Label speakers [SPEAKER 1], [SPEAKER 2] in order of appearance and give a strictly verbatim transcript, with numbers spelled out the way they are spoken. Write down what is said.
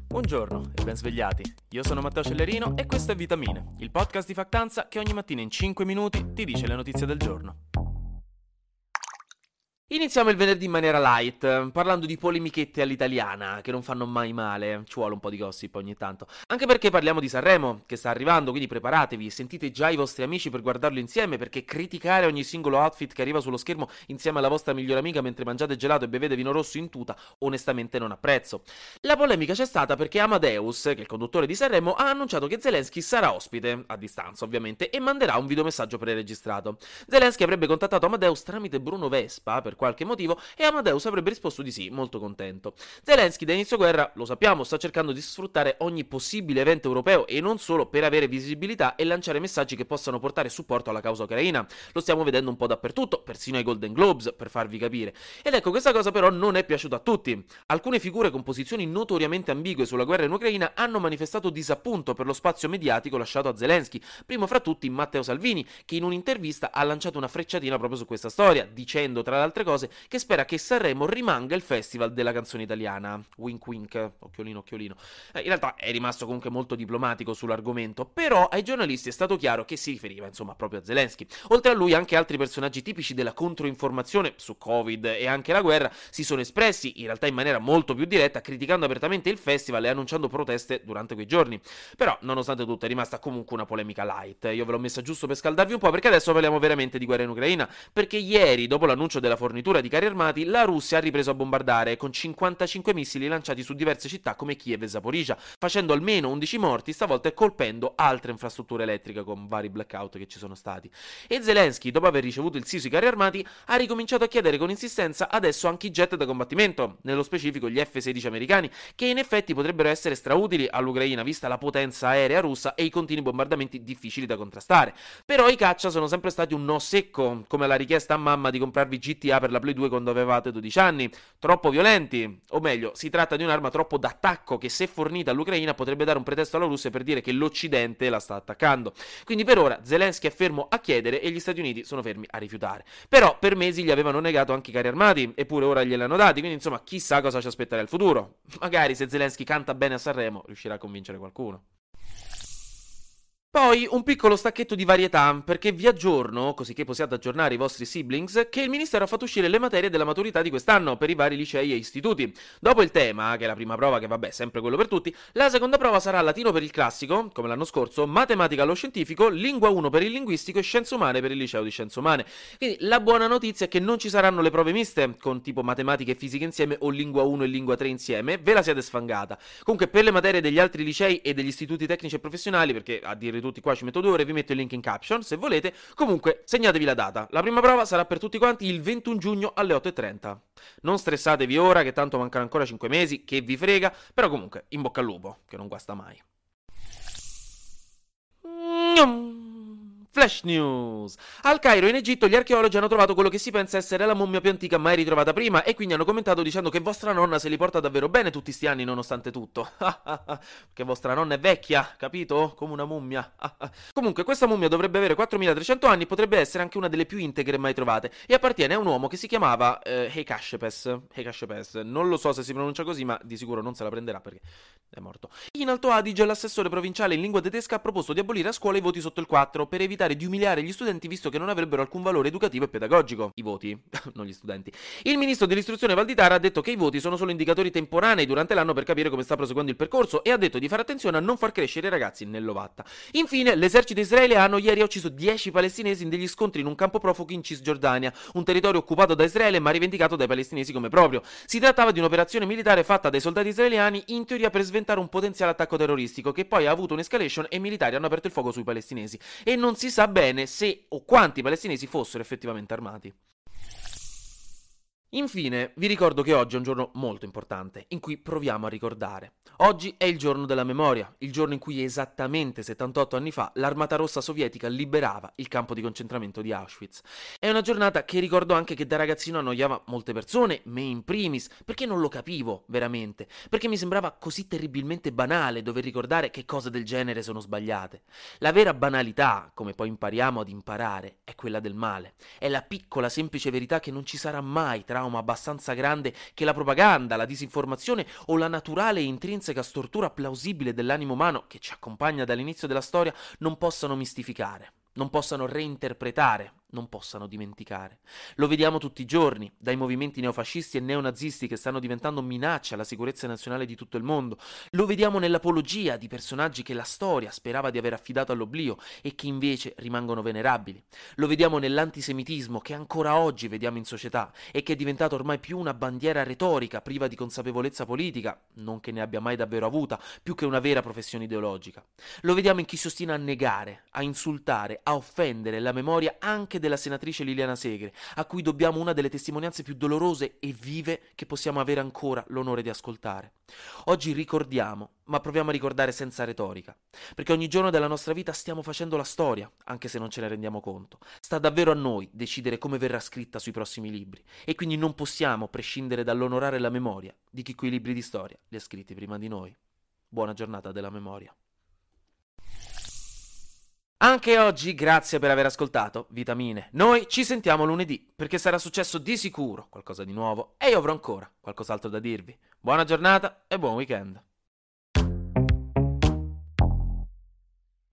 [SPEAKER 1] Buongiorno e ben svegliati. Io sono Matteo Cellerino e questo è Vitamine, il podcast di Factanza che ogni mattina in cinque minuti ti dice le notizie del giorno. Iniziamo il venerdì in maniera light, parlando di polemichette all'italiana, che non fanno mai male, ci vuole un po' di gossip ogni tanto. Anche perché parliamo di Sanremo, che sta arrivando, quindi preparatevi, sentite già i vostri amici per guardarlo insieme, perché criticare ogni singolo outfit che arriva sullo schermo insieme alla vostra migliore amica mentre mangiate gelato e bevete vino rosso in tuta, onestamente non apprezzo. La polemica c'è stata perché Amadeus, che è il conduttore di Sanremo, ha annunciato che Zelensky sarà ospite, a distanza ovviamente, e manderà un videomessaggio preregistrato. Zelensky avrebbe contattato Amadeus tramite Bruno Vespa, per qualche motivo, e Amadeus avrebbe risposto di sì, molto contento. Zelensky da inizio guerra, lo sappiamo, sta cercando di sfruttare ogni possibile evento europeo e non solo per avere visibilità e lanciare messaggi che possano portare supporto alla causa ucraina. Lo stiamo vedendo un po' dappertutto, persino ai Golden Globes, per farvi capire. Ed ecco, questa cosa però non è piaciuta a tutti. Alcune figure con posizioni notoriamente ambigue sulla guerra in Ucraina hanno manifestato disappunto per lo spazio mediatico lasciato a Zelensky, primo fra tutti Matteo Salvini, che in un'intervista ha lanciato una frecciatina proprio su questa storia, dicendo tra le altre cose che spera che Sanremo rimanga il festival della canzone italiana. Wink wink, occhiolino occhiolino. Eh, in realtà è rimasto comunque molto diplomatico sull'argomento, però ai giornalisti è stato chiaro che si riferiva insomma proprio a Zelensky. Oltre a lui anche altri personaggi tipici della controinformazione su Covid e anche la guerra si sono espressi, in realtà in maniera molto più diretta, criticando apertamente il festival e annunciando proteste durante quei giorni. Però, nonostante tutto, è rimasta comunque una polemica light. Io ve l'ho messa giusto per scaldarvi un po', perché adesso parliamo veramente di guerra in Ucraina, perché ieri, dopo l'annuncio della fornitura di carri armati, la Russia ha ripreso a bombardare con cinquantacinque missili lanciati su diverse città come Kiev e Zaporizhia, facendo almeno undici morti, stavolta colpendo altre infrastrutture elettriche con vari blackout che ci sono stati. E Zelensky, dopo aver ricevuto il sì sui carri armati, ha ricominciato a chiedere con insistenza adesso anche i jet da combattimento, nello specifico gli F sedici americani, che in effetti potrebbero essere strautili all'Ucraina vista la potenza aerea russa e i continui bombardamenti difficili da contrastare. Però i caccia sono sempre stati un no secco, come la richiesta a mamma di comprarvi G T A per la Play due quando avevate dodici anni, troppo violenti, o meglio, si tratta di un'arma troppo d'attacco che se fornita all'Ucraina potrebbe dare un pretesto alla Russia per dire che l'Occidente la sta attaccando. Quindi per ora Zelensky è fermo a chiedere e gli Stati Uniti sono fermi a rifiutare. Però per mesi gli avevano negato anche i carri armati, eppure ora gliel'hanno dati, quindi insomma chissà cosa ci aspetterà il futuro. Magari se Zelensky canta bene a Sanremo riuscirà a convincere qualcuno. Poi un piccolo stacchetto di varietà, perché vi aggiorno, così che possiate aggiornare i vostri siblings, che il Ministero ha fatto uscire le materie della maturità di quest'anno per i vari licei e istituti. Dopo il tema, che è la prima prova, che vabbè, sempre quello per tutti, la seconda prova sarà latino per il classico, come l'anno scorso, matematica allo scientifico, lingua uno per il linguistico e scienze umane per il liceo di scienze umane. Quindi la buona notizia è che non ci saranno le prove miste, con tipo matematica e fisica insieme o lingua uno e lingua tre insieme, ve la siete sfangata. Comunque per le materie degli altri licei e degli istituti tecnici e professionali, perché a dire tutti qua ci metto due ore, vi metto il link in caption se volete. Comunque segnatevi la data, la prima prova sarà per tutti quanti il ventuno giugno alle otto e trenta. Non stressatevi ora che tanto mancano ancora cinque mesi, che vi frega, però comunque in bocca al lupo, che non guasta mai. Flash News! Al Cairo in Egitto gli archeologi hanno trovato quello che si pensa essere la mummia più antica mai ritrovata prima e quindi hanno commentato dicendo che vostra nonna se li porta davvero bene tutti sti anni nonostante tutto. Che vostra nonna è vecchia, capito? Come una mummia. Comunque questa mummia dovrebbe avere quattromilatrecento anni e potrebbe essere anche una delle più integre mai trovate e appartiene a un uomo che si chiamava eh, Heikashepes. Heikashepes. Non lo so se si pronuncia così, ma di sicuro non se la prenderà perché è morto. In Alto Adige l'assessore provinciale in lingua tedesca ha proposto di abolire a scuola i voti sotto il quattro per evitare di umiliare gli studenti visto che non avrebbero alcun valore educativo e pedagogico. I voti, non gli studenti. Il ministro dell'istruzione Valditara ha detto che i voti sono solo indicatori temporanei durante l'anno per capire come sta proseguendo il percorso e ha detto di fare attenzione a non far crescere i ragazzi nell'ovatta. Infine, l'esercito israeliano ieri ha ucciso dieci palestinesi in degli scontri in un campo profughi in Cisgiordania, un territorio occupato da Israele ma rivendicato dai palestinesi come proprio. Si trattava di un'operazione militare fatta dai soldati israeliani in teoria per sventare un potenziale attacco terroristico che poi ha avuto un'escalation e i militari hanno aperto il fuoco sui palestinesi e non si sa bene se o quanti palestinesi fossero effettivamente armati. Infine, vi ricordo che oggi è un giorno molto importante, in cui proviamo a ricordare. Oggi è il giorno della memoria, il giorno in cui esattamente settantotto anni fa l'Armata Rossa sovietica liberava il campo di concentramento di Auschwitz. È una giornata che ricordo anche che da ragazzino annoiava molte persone, me in primis, perché non lo capivo veramente, perché mi sembrava così terribilmente banale dover ricordare che cose del genere sono sbagliate. La vera banalità, come poi impariamo ad imparare, è quella del male. È la piccola semplice verità che non ci sarà mai tra trauma abbastanza grande che la propaganda, la disinformazione o la naturale e intrinseca stortura plausibile dell'animo umano che ci accompagna dall'inizio della storia non possano mistificare, non possano reinterpretare, non possano dimenticare. Lo vediamo tutti i giorni, dai movimenti neofascisti e neonazisti che stanno diventando minaccia alla sicurezza nazionale di tutto il mondo. Lo vediamo nell'apologia di personaggi che la storia sperava di aver affidato all'oblio e che invece rimangono venerabili. Lo vediamo nell'antisemitismo che ancora oggi vediamo in società e che è diventato ormai più una bandiera retorica priva di consapevolezza politica, non che ne abbia mai davvero avuta, più che una vera professione ideologica. Lo vediamo in chi si ostina a negare, a insultare, a offendere la memoria anche della senatrice Liliana Segre, a cui dobbiamo una delle testimonianze più dolorose e vive che possiamo avere ancora l'onore di ascoltare. Oggi ricordiamo, ma proviamo a ricordare senza retorica, perché ogni giorno della nostra vita stiamo facendo la storia, anche se non ce ne rendiamo conto. Sta davvero a noi decidere come verrà scritta sui prossimi libri, e quindi non possiamo prescindere dall'onorare la memoria di chi quei libri di storia li ha scritti prima di noi. Buona giornata della memoria. Anche oggi grazie per aver ascoltato Vitamine. Noi ci sentiamo lunedì, perché sarà successo di sicuro qualcosa di nuovo e io avrò ancora qualcos'altro da dirvi. Buona giornata e buon weekend.